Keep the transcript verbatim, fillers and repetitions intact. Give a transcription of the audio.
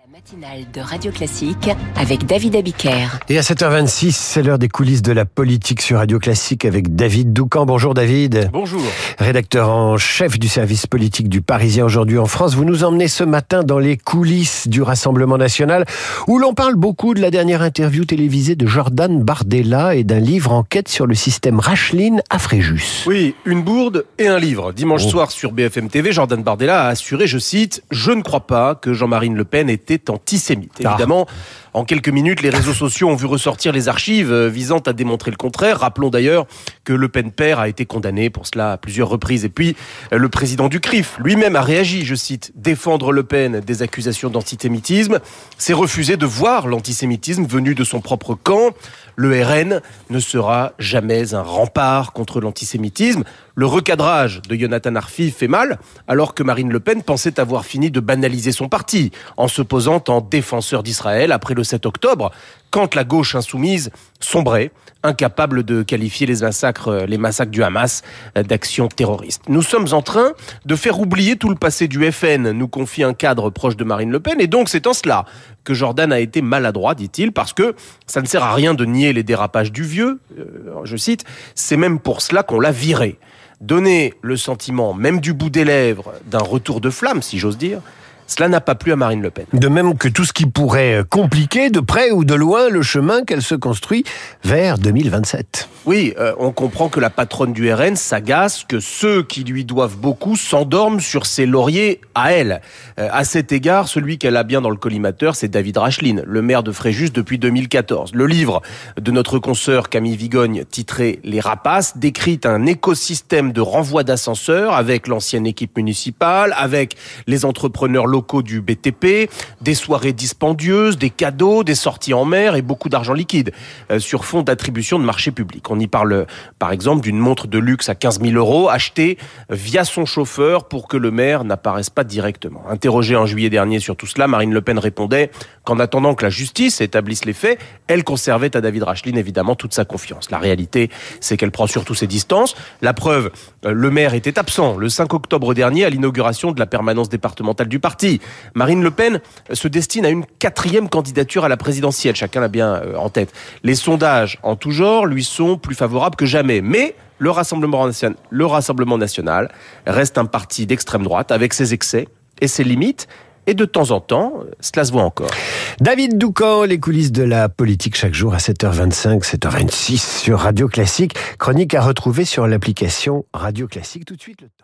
La matinale de Radio Classique avec David Abiker. Et à sept heures vingt-six, c'est l'heure des coulisses de la politique sur Radio Classique avec David Doucan. Bonjour David. Bonjour. Rédacteur en chef du service politique du Parisien aujourd'hui en France. Vous nous emmenez ce matin dans les coulisses du Rassemblement national où l'on parle beaucoup de la dernière interview télévisée de Jordan Bardella et d'un livre enquête sur le système Racheline à Fréjus. Oui, une bourde et un livre. Dimanche Oh. soir sur B F M T V, Jordan Bardella a assuré, je cite, « Je ne crois pas que Jean-Marine Le Pen était antisémite ». Ah. Évidemment, en quelques minutes, les réseaux sociaux ont vu ressortir les archives visant à démontrer le contraire. Rappelons d'ailleurs que Le Pen père a été condamné pour cela à plusieurs reprises. Et puis, le président du C R I F lui-même a réagi, je cite, « Défendre Le Pen des accusations d'antisémitisme, c'est refuser de voir l'antisémitisme venu de son propre camp. Le R N ne sera jamais un rempart contre l'antisémitisme. Le recadrage de Jonathan Arfi fait mal, alors que Marine Le Pen pensait avoir fini de banaliser son parti, en se posant en défenseur d'Israël après le sept octobre, quand la gauche insoumise sombrait, incapable de qualifier les massacres, les massacres du Hamas d'actions terroristes. Nous sommes en train de faire oublier tout le passé du F N, nous confie un cadre proche de Marine Le Pen, et donc c'est en cela que Jordan a été maladroit, dit-il, parce que ça ne sert à rien de nier les dérapages du vieux, euh, je cite, c'est même pour cela qu'on l'a viré. Donner le sentiment, même du bout des lèvres, d'un retour de flamme, si j'ose dire, cela n'a pas plu à Marine Le Pen. De même que tout ce qui pourrait compliquer de près ou de loin le chemin qu'elle se construit vers deux mille vingt-sept. Oui, euh, on comprend que la patronne du R N s'agace que ceux qui lui doivent beaucoup s'endorment sur ses lauriers à elle. Euh, à cet égard, celui qu'elle a bien dans le collimateur, c'est David Racheline, le maire de Fréjus depuis deux mille quatorze. Le livre de notre consoeur Camille Vigogne, titré « Les rapaces », décrit un écosystème de renvoi d'ascenseurs avec l'ancienne équipe municipale, avec les entrepreneurs locaux du B T P, des soirées dispendieuses, des cadeaux, des sorties en mer et beaucoup d'argent liquide euh, sur fond d'attribution de marché public. On y parle par exemple d'une montre de luxe à quinze mille euros achetée via son chauffeur pour que le maire n'apparaisse pas directement. Interrogée en juillet dernier sur tout cela, Marine Le Pen répondait qu'en attendant que la justice établisse les faits, elle conservait à David Racheline évidemment toute sa confiance. La réalité, c'est qu'elle prend surtout ses distances. La preuve, euh, le maire était absent le cinq octobre dernier à l'inauguration de la permanence départementale du parti. Marine Le Pen se destine à une quatrième candidature à la présidentielle, chacun l'a bien euh, en tête. Les sondages en tout genre lui sont plus favorables que jamais, mais le Rassemblement national, le Rassemblement national reste un parti d'extrême droite avec ses excès et ses limites, et de temps en temps, cela se voit encore. David Doucan, les coulisses de la politique chaque jour à sept heures vingt-cinq, sept heures vingt-six sur Radio Classique. Chronique à retrouver sur l'application Radio Classique. Tout de suite le temps.